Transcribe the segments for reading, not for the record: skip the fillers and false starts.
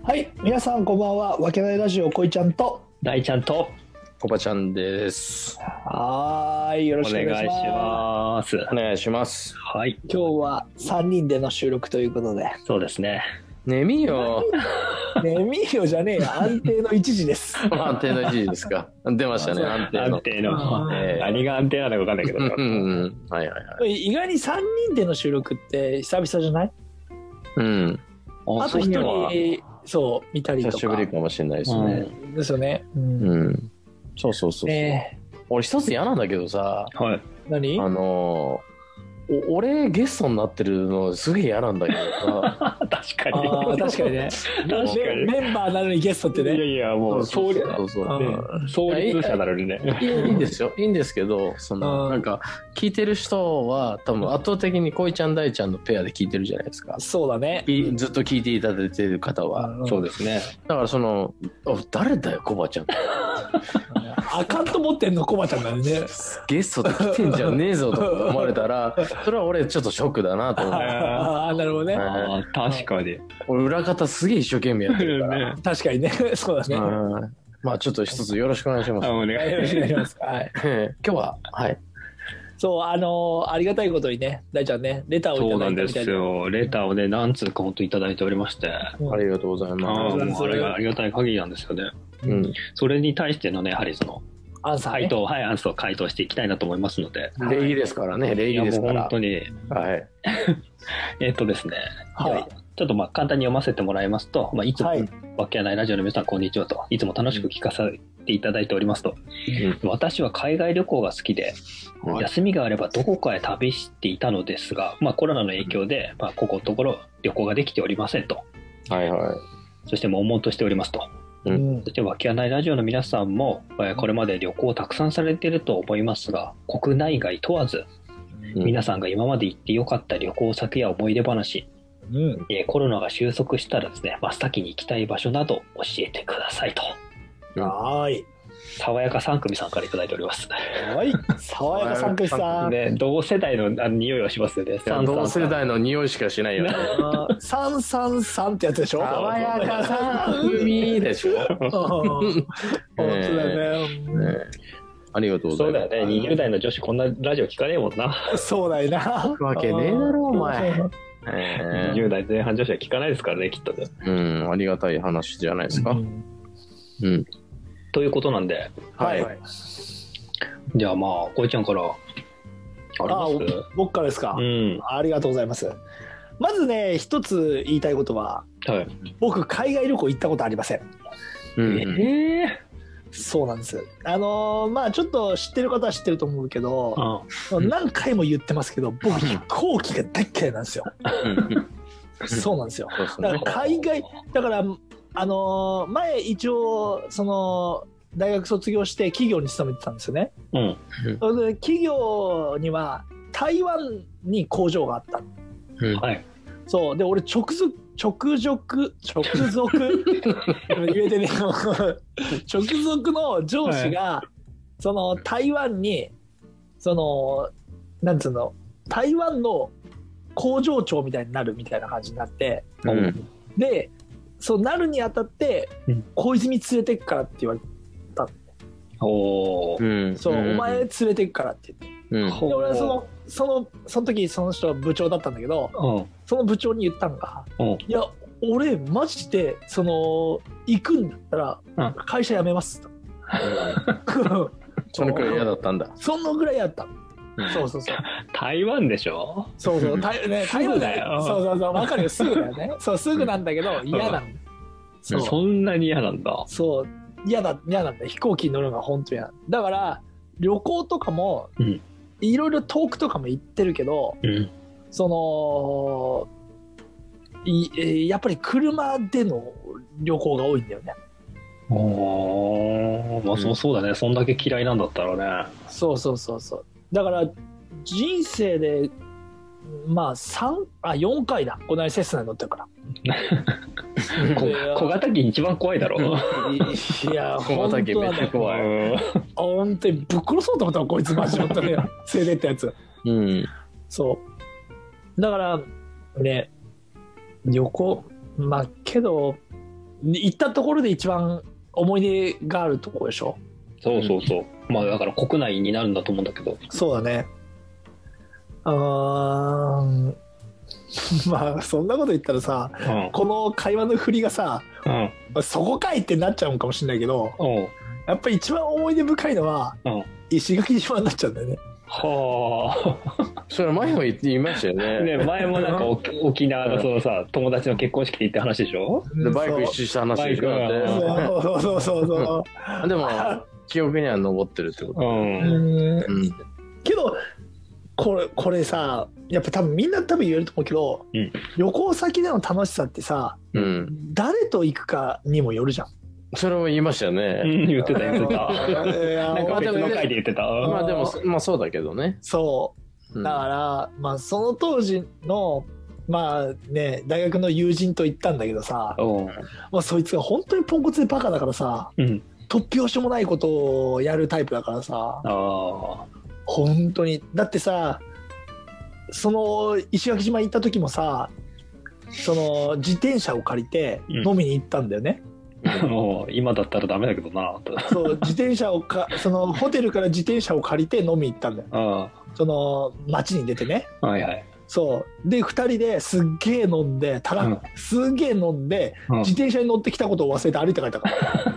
はい、皆さんこんばんは。わけないラジオこいちゃんと大ちゃんとコバちゃんです。 よろしくお願いします。 お願いします。 はい。 今日は3人での収録ということで。 そうですね。 眠いよ。 眠いよじゃねえよ。安定の1時です。 安定の1時ですか。出ましたね。安定の。 何が安定なのか分かんないけど。 はいはいはい。 意外に3人での収録って久々じゃない？ うん。 あと1人そう見たりとか。 久しぶりかもしれないですね。 ですよね。 うん。そうそうそう。俺一つ嫌なんだけどさ。 はい。 何？ 俺ゲストになってるのすげえ嫌なんだけどさ。 確かに。 確かにね。メンバーなのにゲストってね。 いやもう創立者なのにね。 いいんですよ。いいんですけど、なんか聞いてる人は多分圧倒的にこいちゃん大ちゃんのペアで聞いてるじゃないですか。 そうだね。 ずっと聞いていただいてる方は。 そうですね。 だから誰だよコバちゃん。 アカウント持ってんのコバちゃんだよね。 ゲストで来てんじゃねえぞと思われたらそれは俺ちょっとショックだなと思う。 ああなるほどね。 確かに。 俺裏方すげえ一生懸命やってるから確かにね。そうだね。 まあちょっと一つよろしくお願いします。 お願いします。 はい。 今日ははいそうありがたいことにね大ちゃんねレターをいただいたみたいで。 そうなんですよ。レターをね何通か本当いただいておりまして、 ありがとうございます。 ありがたい限りなんですよね。それに対してのねやはりアンサー回答を回答していきたいなと思いますので。 礼儀ですからね。礼儀ですから。 本当に。 はい。 ですね。はい。ちょっと簡単に読ませてもらいますと、いつもわけないラジオの皆さんこんにちはと、いつも楽しく聞かせていただいておりますと。私は海外旅行が好きで、休みがあればどこかへ旅していたのですが、コロナの影響でここのところ旅行ができておりませんと。 はいはい。 そして悶々としておりますと。そしてわけないラジオの皆さんもこれまで旅行をたくさんされていると思いますが、国内外問わず皆さんが今まで行ってよかった旅行先や思い出話、コロナが収束したらですね、真っ先に行きたい場所など教えてくださいと。 はい。 爽やか3組さんからいただいております。 はい。爽やか3組さん。 ね、同世代の匂いはしますよね。 同世代の匂いしかしないよね。 333ってやつでしょ。 爽やか3組でしょ。 本当だね。 ありがとうございます。 そうだよね。20代の女子こんなラジオ聞かねえもんな。 そうだよな。 わけねえだろお前。 20代前半女子は聞かないですからねきっとね。 ありがたい話じゃないですか。 ということなんで、 はい。 じゃあこいちゃんからあります？ 僕からですか。ありがとうございます。まずね一つ言いたいことは、僕海外旅行行ったことありません。そうなんです。ちょっと知ってる方は知ってると思うけど、何回も言ってますけど僕飛行機が大っ嫌いなんですよ。そうなんですよ。だから海外だから前一応大学卒業して企業に勤めてたんですよね。で企業には台湾に工場があった。そうで俺直属言えてね直属の上司が台湾になんつうの台湾の工場長みたいになるみたいな感じになって、でそうなるにあたって小泉連れてくからって言われた。そうお前連れてくからって言って、で俺はその時その人は部長だったんだけど、その部長に言ったのが、いや俺マジで行くんだったら会社辞めますと。 そのくらい嫌だったんだ。 そのぐらい嫌だった。そう台湾でしょ。 そう台湾だよ。そう分かるよ。すぐだよね。そうすぐなんだけど嫌なんだ。 そんなに嫌なんだ。 そう嫌なんだ。飛行機に乗るのが本当に嫌だから旅行とかもいろいろ遠くとかも行ってるけど、やっぱり車での旅行が多いんだよね。 そうだね。そんだけ嫌いなんだったらね。 そうだから人生で4回だ。この間セスナに乗ってるから小型機一番怖いだろ。 いや小型機めっちゃ怖い。 本当にぶっ殺そうと思ったわこいつマジで連れてったやつ。そうだからね旅行けど行ったところで一番思い出があるところでしょ。 そうそうそう。まあだから国内になるんだと思うんだけど。 そうだね。まあそんなこと言ったらさ、この会話の振りがさ、そこかいってなっちゃうかもしれないけど、やっぱり一番思い出深いのは、石垣島になっちゃうんだよね。 はあ。それ前も言いましたよね。 前もなんか沖縄のそのさ、友達の結婚式で行った話でしょ。 でバイク一周した話でしょ。でも記憶には残ってるってこと。 けどこれさ、やっぱ多分みんな多分言えると思うけど、旅行先での楽しさってさ、誰と行くかにもよるじゃん。 それも言いましたよね。 言ってた。なんか別の回で言ってた。 まあでもまあそうだけどね。 そう。だからまあその当時のまあね、大学の友人と行ったんだけどさ、まあそいつが本当にポンコツでバカだからさ、突拍子もないことをやるタイプだからさ、本当に。だってさ、その石垣島行った時もさ、その自転車を借りて飲みに行ったんだよね。 今だったらダメだけどな。 そう自転車をそのホテルから自転車を借りて飲み行ったんだよ。その街に出てね。そうで2人ですっげえ飲んで、すげえ飲んで、自転車に乗ってきたことを忘れて歩いて帰ったから。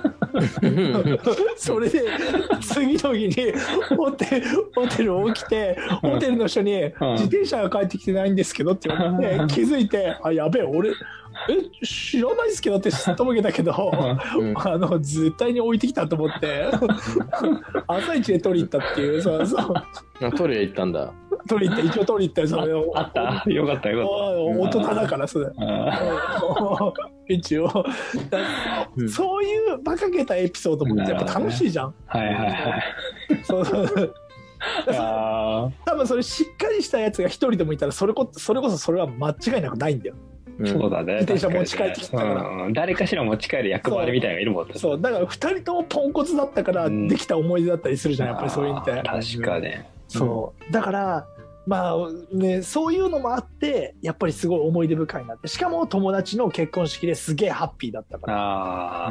それで次の日にホテル起きて、ホテルの人に「自転車が帰ってきてないんですけど」って言われて、気づいて「あ、やべえ、俺知らないですけど」ってすっとぼけたけど、絶対に置いてきたと思って朝一で取り行ったっていう。そう取り行ったんだ。 取り行った、一応取り行った。それあった。よかった大人だからそれ一応そういう馬鹿げたエピソードもやっぱ楽しいじゃん。そう多分それしっかりしたやつが一人でもいたら、それこそそれは間違いなくないんだよ。 そうだね。 自転車持ち帰ってきたから、 誰かしら持ち帰る役割みたいなのがいるもんね。 そうだから2人ともポンコツだったからできた思い出だったりするじゃん、やっぱりそういうのって。 確かに。 そうだからまあね、そういうのもあってやっぱりすごい思い出深いなって。しかも友達の結婚式ですげえハッピーだったから、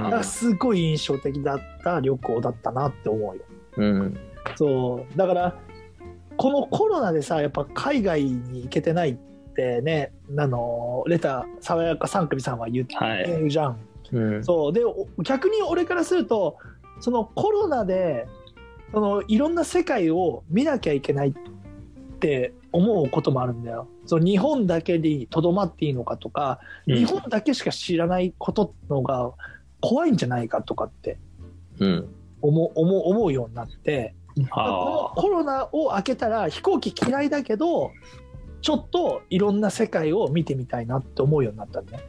だからすごい印象的だった旅行だったなって思うよ。そうだからこのコロナでさ、やっぱ海外に行けてないってね、レタ爽やか3組さんは言ってるじゃん。そうで逆に俺からすると、そのコロナでいろんな世界を見なきゃいけないって思うこともあるんだよ。日本だけにとどまっていいのかとか、日本だけしか知らないことのが怖いんじゃないかとかって思うようになって、このコロナを明けたら飛行機嫌いだけどちょっといろんな世界を見てみたいなって思うようになったんだね。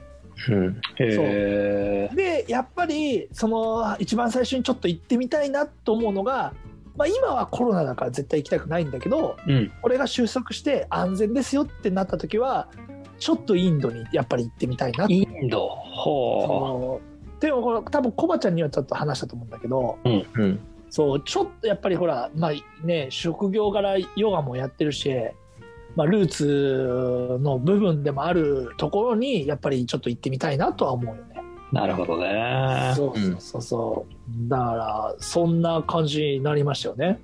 そうでやっぱり一番最初にちょっと行ってみたいなと思うのが、まあ、今はコロナだから絶対行きたくないんだけど、これが収束して安全ですよってなった時はちょっとインドにやっぱり行ってみたいなって。 インドでもこれ多分コバちゃんにはちょっと話したと思うんだけど、そうちょっとやっぱりほら、まあね、職業柄ヨガもやってるし、まあ、ルーツの部分でもあるところにやっぱりちょっと行ってみたいなとは思うよね。 なるほどね。 そうだからそんな感じになりましたよね。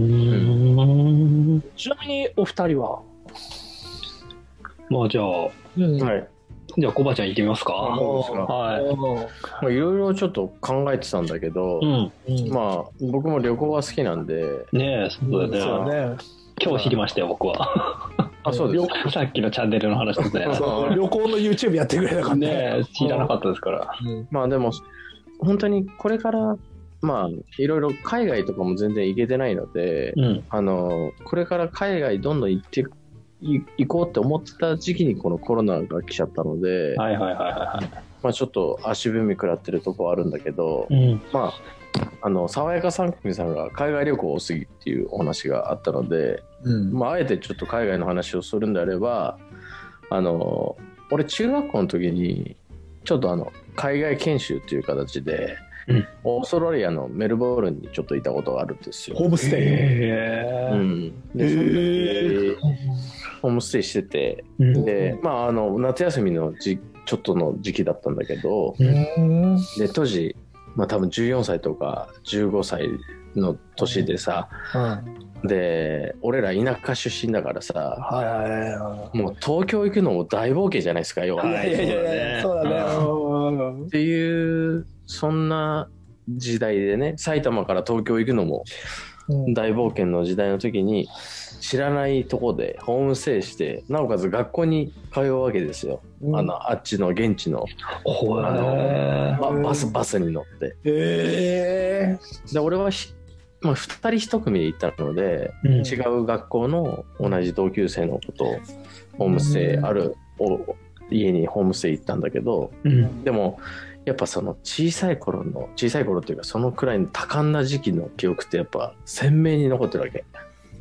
ちなみにお二人は？ まあじゃあ、じゃあコバちゃん行ってみますか。 いろいろちょっと考えてたんだけど、まあ僕も旅行は好きなんでね。そうだよね。今日知りましたよ僕は。 そうです。 さっきのチャンネルの話ですね。 旅行の YouTube やってくれたからね。知らなかったですから。 まあでも本当にこれからまあいろいろ海外とかも全然行けてないので、これから海外どんどん行こうって思ってた時期にこのコロナが来ちゃったので、まあちょっと足踏み食らってるとこはあるんだけど、まあ爽やか3組さんが海外旅行多すぎっていうお話があったので、まああえてちょっと海外の話をするんであれば、俺中学校の時にちょっと海外研修という形で、オーストラリアのメルボルンにちょっといたことがあるんですよ。 ホームステイ。 でその時ホームステイしてて、でまあ夏休みのちょっとの時期だったんだけど、で当時、まあ、多分14歳とか15歳の年でさ、で俺ら田舎出身だからさ、もう東京行くのも大冒険じゃないですか、要は。 そうだね。 っていうそんな時代でね、埼玉から東京行くのも大冒険の時代の時に、知らないとこでホームステイして、なおかつ学校に通うわけですよ、あっちの現地のバスに乗って。で俺はまあ、2人1組で行ったので、違う学校の同じ同級生の子とホームステイ家にホームステイ行ったんだけど、でもやっぱその小さい頃っていうか、そのくらいの多感な時期の記憶ってやっぱ鮮明に残ってるわけ。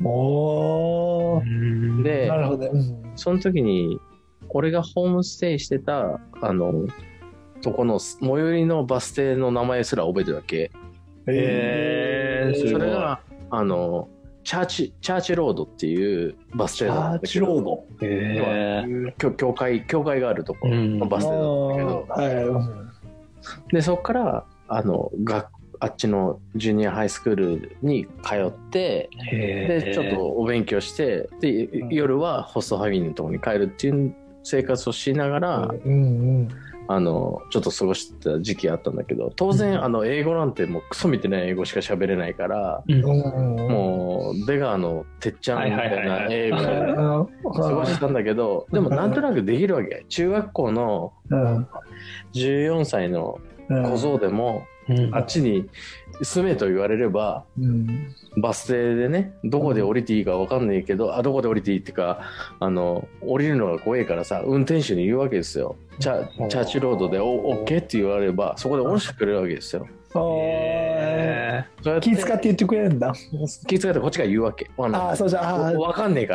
で、なるほど、その時に俺がホームステイしてたとこの最寄りのバス停の名前すら覚えてるわけ。それがチャーチロードっていうバス停なんだけど、チャーチロード、教会があるところのバス停なんだけど、でそこからあっちのジュニアハイスクールに通って、でちょっとお勉強して、で夜はホストファミリーのところに帰るっていう生活をしながら、ちょっと過ごした時期あったんだけど、当然英語なんてもうクソみたいな英語しか喋れないから、もう出川のてっちゃんみたいな英語で過ごしたんだけど、でもなんとなくできるわけ。中学校の14歳の小僧でも、あっちに住めと言われれば、バス停でね、どこで降りていいか分かんないけど、どこで降りていいっていうか、降りるのが怖いからさ、運転手に言うわけですよ。チャーチロードでオッケーって言われれば、そこで降ろしてくれるわけですよ。 気遣って言ってくれるんだ。 気遣ってこっちが言うわけ。 そうじゃ分かんねえから。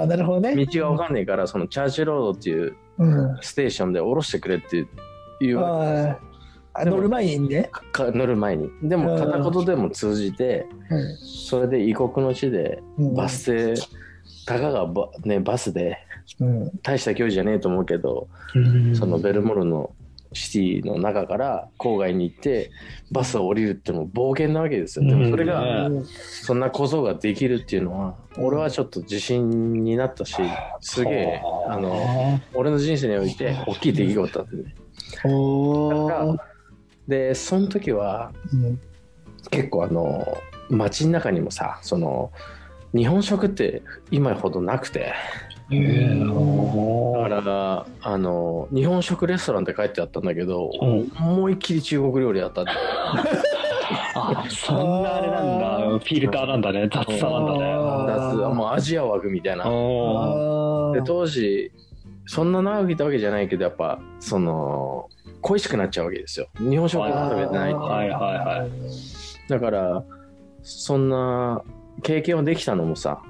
なるほどね。 道が分かんねえから、そのチャーチロードっていうステーションで降ろしてくれって言うわけですよ。 乗る前にね。 乗る前に。でも片言でも通じて、それで異国の地でバス停、たかがバスで大した距離じゃねえと思うけど、そのベルモルのシティの中から郊外に行ってバスを降りるっていうのも冒険なわけですよ。でもそれがそんな小僧ができるっていうのは、俺はちょっと自信になったし、すげえ俺の人生において大きい出来事だったんで。だからでその時は、結構街の中にもさ、その日本食って今ほどなくて、だから日本食レストランって書いてあったんだけど、思いっきり中国料理だったんだよ。 そんなあれなんだ、フィルターなんだね、雑さなんだね。 もうアジア枠みたいな。で当時そんな長くいたわけじゃないけど、やっぱその恋しくなっちゃうわけですよ、日本食食べてないって。だからそんな経験をできたのもさ、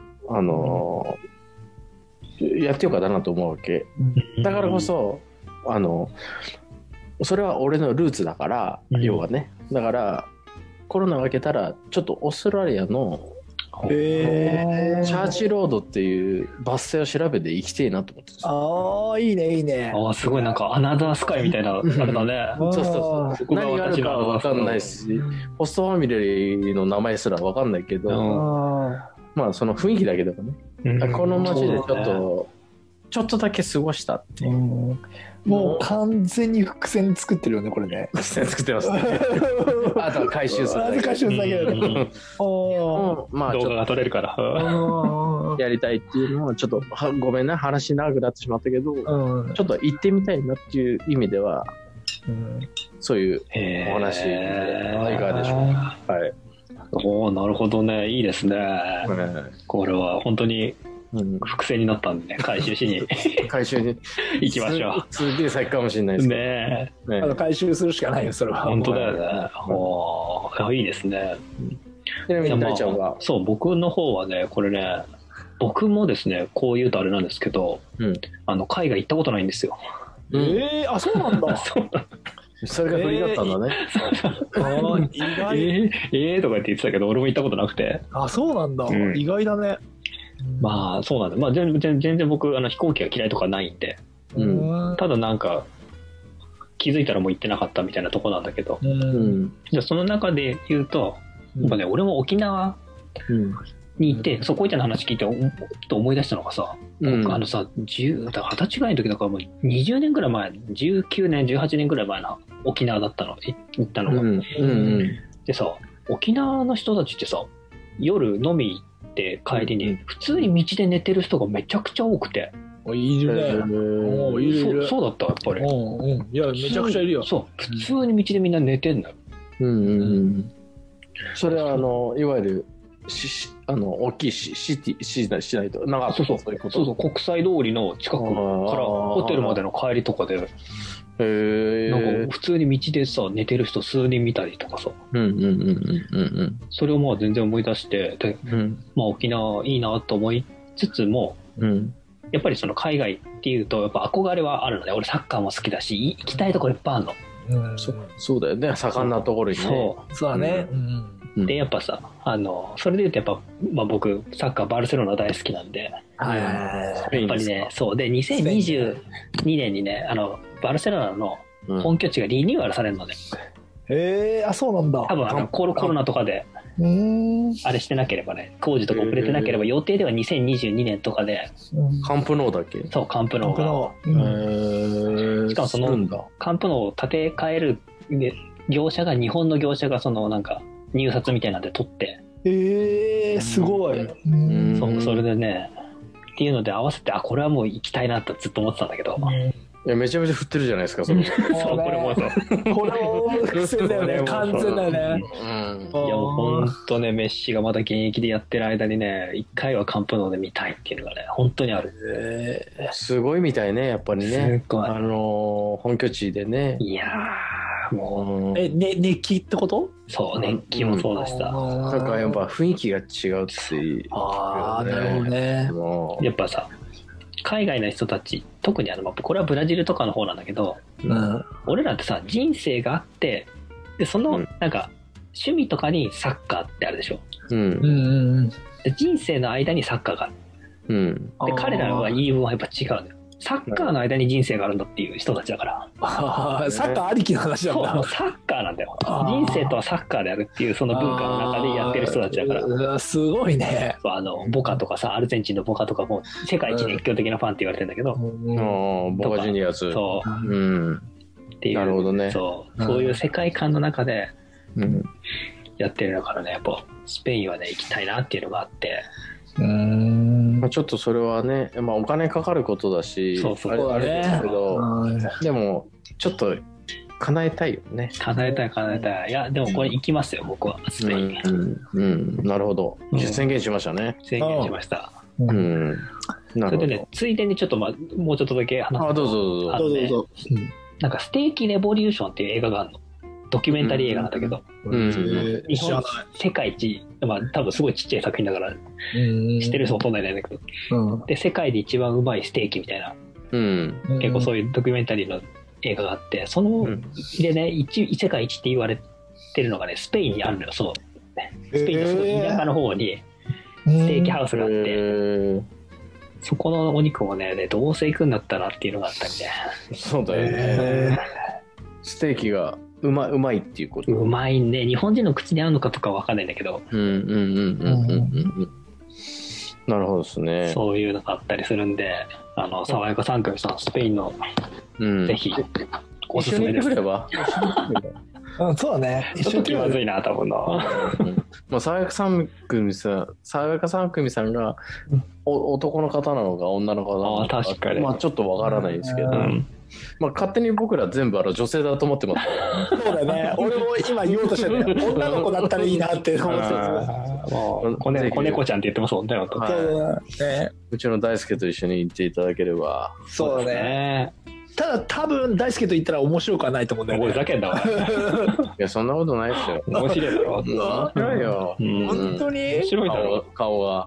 やってよかったなと思うわけ。だからこそそれは俺のルーツだから、要はね。だからコロナが明けたらちょっとオーストラリアのチャーチロードっていうバス停を調べて行きてえなと思って。 いいねいいね。 すごい、なんかアナザースカイみたいなあれだね。 そう何があるかは分かんないし、ホストファミリーの名前すら分かんないけど、まあその雰囲気だけでもね、この街でちょっとだけ過ごしたっていう。 もう完全に伏線作ってるよね、これね。 伏線作ってますね。あとは回収するだけ。 回収するだけだね。 まあ動画が撮れるからやりたいっていうのは、ちょっとごめんな、話長くなってしまったけど、ちょっと行ってみたいなっていう意味では、そういうお話でいかがでしょうか。はい。 なるほどね、いいですね。これは本当に伏線になったんでね、回収しに行きましょう。 すげえ先かもしれないですね。 回収するしかないよ、それは。 本当だよね。いいですね。そう、僕の方はね、これね、僕もですね、こう言うとあれなんですけど、海外行ったことないんですよ。 そうなんだ。 それが振りだったんだね。 意外。 とか言ってたけど、俺も行ったことなくて。 そうなんだ。意外だね。 まあそうなんだ。まあ全然僕飛行機が嫌いとかないんで。 ただなんか気づいたらもう行ってなかったみたいなとこなんだけど、じゃあその中で言うと、やっぱね、俺も沖縄に行って、そこいちゃんの話聞いてと思い出したのがさ、20歳ぐらいの時だからもう20年ぐらい前、19年18年ぐらい前の沖縄だったの、行ったのが、でさ、沖縄の人たちってさ、夜飲み行って帰りに普通に道で寝てる人がめちゃくちゃ多くて。 いるね。 そうだったやっぱり。 いやめちゃくちゃいるよ。 そう普通に道でみんな寝てんだよ。 それはいわゆる大きい市内となんかそう国際通りの近くからホテルまでの帰りとかで。なんか普通に道でさ寝てる人数人見たりとかさ、それをまあ全然思い出してで、まあ沖縄いいなと思いつつも、やっぱりその海外っていうとやっぱ憧れはあるので、俺サッカーも好きだし行きたいところいっぱいあるの。 そうだよね、盛んなところにね。 そうだね。 でやっぱさそれで言うとやっぱ、まあ、僕サッカーバルセロナ大好きなんで、やっぱりね、そうで2022年にねバルセロナの本拠地がリニューアルされるのね。 そうなんだ。 多分コロナとかであれしてなければね、工事とか遅れてなければ予定では2022年とかで。 カンプノーだっけ？ そうカンプノーが。しかもそのカンプノーを建て替える業者が日本の業者がそのなんか入札みたいなんで取って。 すごい。 それでねっていうので合わせてこれはもう行きたいなってずっと思ってたんだけど。 いやめちゃめちゃ振ってるじゃないですか。これもさこれも伏線だよね。完全だよね。 いやもうほんとね、メッシがまだ現役でやってる間にね一回はカンプノーで見たいっていうのがね本当にある。 すごいみたいねやっぱりね。本拠地でね。 いやもう熱気ってこと？ そう熱気もそうだしさ、 なんかやっぱ雰囲気が違うっていう。 なるほどね。 やっぱさ海外の人たち特にこれはブラジルとかの方なんだけど、俺らってさ人生があってでそのなんか趣味とかにサッカーってあるでしょ。で人生の間にサッカーがある。で彼らは言い分はやっぱ違うんだよ。サッカーの間に人生があるんだっていう人たちだから。 サッカーありきの話なんだ。 そうサッカーなんだよ。人生とはサッカーであるっていうその文化の中でやってる人たちだから。 すごいね。 ボカとかさアルゼンチンのボカとかも世界一熱狂的なファンって言われてるんだけど。 ボカジュニアス。 そう。っていう。 なるほどね。 そういう世界観の中でやってるからね、やっぱスペインはね行きたいなっていうのがあって。 ちょっとそれはね、お金かかることだし、あれですけど、でもちょっと叶えたいよね。 叶えたい。いやでもこれ行きますよ僕はスペイン。 なるほど。宣言しましたね。 宣言しました。それでねついでにちょっともうちょっとだけ話すと。 どうぞ。 なんかステーキレボリューションっていう映画があるの。ドキュメンタリー映画なんだけど、日本世界一、多分すごいちっちゃい作品だから知ってる人ほとんどいないんだけど、で世界で一番うまいステーキみたいな、結構そういうドキュメンタリーの映画があって、そのでね世界一って言われてるのがねスペインにあるのよ。そうスペインのすごい田舎の方にステーキハウスがあって、そこのお肉もねどうせ行くんだったらっていうのがあったりね。 そうだよね。ステーキがうまいっていうこと。 うまいんで日本人の口に合うのかとかわかんないんだけど。 なるほどですね。 そういうのがあったりするんで、爽やか3組さんスペインの、ぜひおすすめです。 一緒に行ってくれば。 そうだね。 ちょっと気まずいな多分な。 爽やか3組さんが男の方なのか女の方なのか、 確かにちょっとわからないですけど。勝手に僕ら全部女性だと思ってます。 そうだね。俺も今言おうとしてね、女の子だったらいいなって思ってます。 子猫ちゃんって言ってますもんね。 うちの大輔と一緒に行っていただければ。 そうだね。ただ多分大輔と言ったら面白くはないと思うんだよね。 俺だけだわ。 いやそんなことないですよ。 面白いだろ。 面白いよ。 本当に。 面白いだろ。 顔が。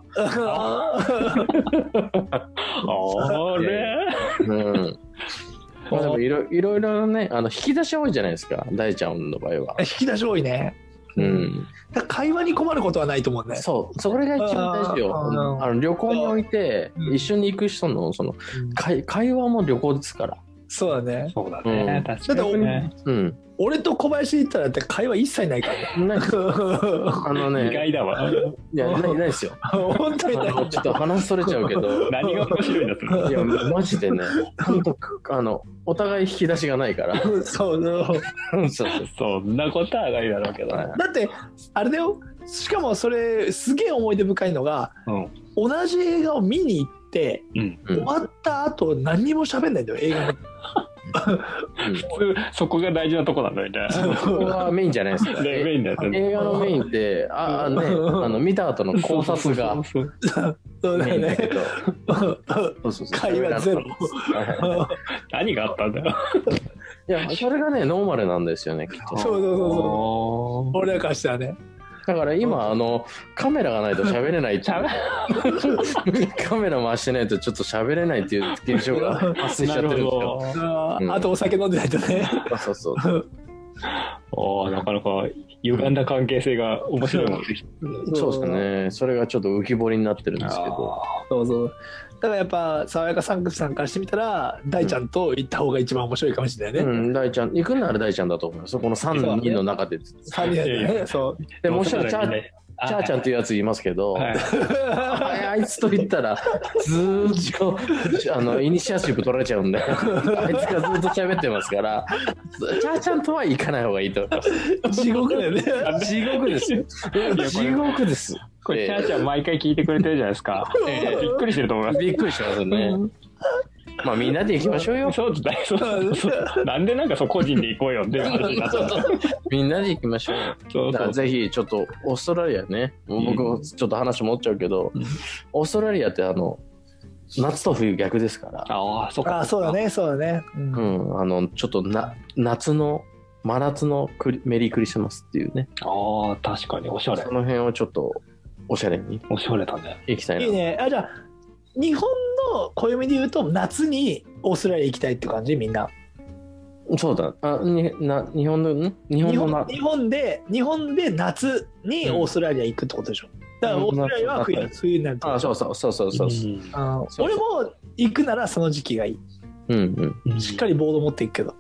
あれ。 でもいろいろね引き出し多いじゃないですか大ちゃんの場合は。 引き出し多いね。 会話に困ることはないと思うんだよ。 そう、それが一番大事よ。旅行において、一緒に行く人の会話も旅行ですから。 そうだね。 そうだね。確かにね。 俺と小林行ったら会話一切ないからね。 意外だわ。 いや、ないですよ。 本当にない。 ちょっと話それちゃうけど。 何が面白いんだそれ。 いや、マジでね、本当お互い引き出しがないから。 そんなことはないだろうけど。だってあれだよ。しかもそれすげえ思い出深いのが、同じ映画を見に行って、終わった後何にも喋んないんだよ、映画の。 そこが大事なとこなんだよね。 そこがメインじゃないですか。 メインだよね。 映画のメインって見た後の考察がそうだよね。会話ゼロ。 何があったんだよ。 いや、それがねノーマルなんですよね、きっと。 そう俺らからしたらね。 だから今カメラがないと喋れないってカメラ回してないとちょっと喋れないっていう現象が発生しちゃってるんですよ。 あとお酒飲んでないとね。 そうなかなか歪んだ関係性が面白いもんできて。 そうですね。それがちょっと浮き彫りになってるんですけど。 そうだからやっぱ爽やかサンクスさんからしてみたら大ちゃんと行った方が一番面白いかもしれないね。 大ちゃん行くなら大ちゃんだと思います。この3人の中で。 3人でね。そうでもしかしたらチャーちゃんっていうやついますけど、あいつと言ったらずーっとイニシアチブ取られちゃうんで、あいつがずっと喋ってますから、チャーちゃんとは行かない方がいいと思います。 地獄だよね。 地獄ですよ。地獄です。 これチャーちゃん毎回聞いてくれてるじゃないですか。びっくりしてると思います。 びっくりしてますね。まあみんなで行きましょうよ。 そうなんで個人で行こうよって話になっちゃった。 みんなで行きましょうよ。だからぜひちょっとオーストラリアね、僕もちょっと話持っちゃうけど、オーストラリアって夏と冬逆ですから。 そうだね。ちょっと真夏のメリークリスマスっていうね。 確かにおしゃれ。 その辺をちょっとおしゃれに。 おしゃれだね。 行きたいな。 いいね。じゃあ日本の暦で言うと夏にオーストラリア行きたいって感じみんな。 そうだ。日本で夏にオーストラリア行くってことでしょ。だからオーストラリアは冬になるってこと。 そう。 俺も行くならその時期がいい。しっかりボード持っていくけど。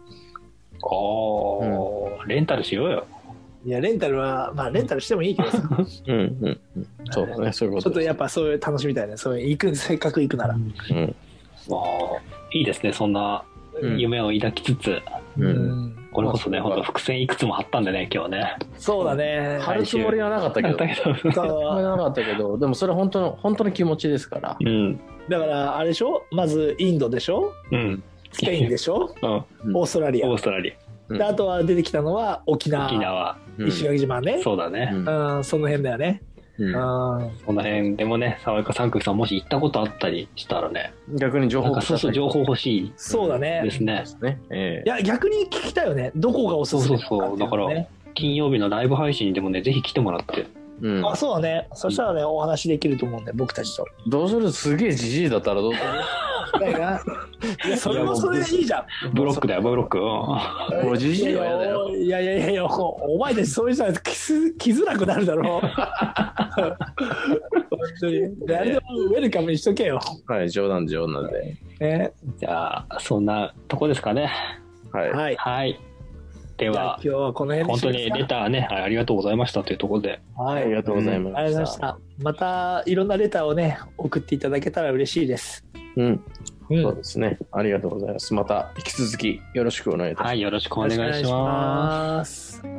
レンタルしようよ。 いやレンタルはレンタルしてもいいけどさ。 そうだね、そういうこと。 ちょっとやっぱそういう楽しみたいね。そういうせっかく行くなら。 いいですね、そんな夢を抱きつつ。これこそね、本当伏線いくつも張ったんでね、今日ね。 そうだね。 張るつもりはなかったけど。でもそれ本当の気持ちですから。 だからあれでしょ。まずインドでしょ。スペインでしょ。オーストラリア。であとは出てきたのは沖縄、石垣島ね。 そうだね。 その辺だよね。 その辺でもね、爽やかサンクスさんもし行ったことあったりしたらね、 逆に情報欲しい。 そうだね。 ですね。 いや逆に聞きたいよね。どこがおすすめか。 そうだから金曜日のライブ配信でもね、ぜひ来てもらって。 そうだね。そしたらね、お話できると思うんで、僕たちと。 どうする？すげえジジイだったらどうする？ いや、それもそれでいいじゃん。 ブロックだよ、ブロック。 もうジジイは嫌だよ。 いや、お前たちそういう人は来づらくなるだろう。本当に。誰でもウェルカムにしとけよ。 はい、冗談で。 じゃあ、そんなとこですかね。はい。では、 今日はこの辺で本当にレターね、ありがとうございましたというところで。 ありがとうございました。 ありがとうございました。またいろんなレターをね、送っていただけたら嬉しいです。 そうですね。ありがとうございます。また引き続きよろしくお願いいたします。 はい、よろしくお願いします。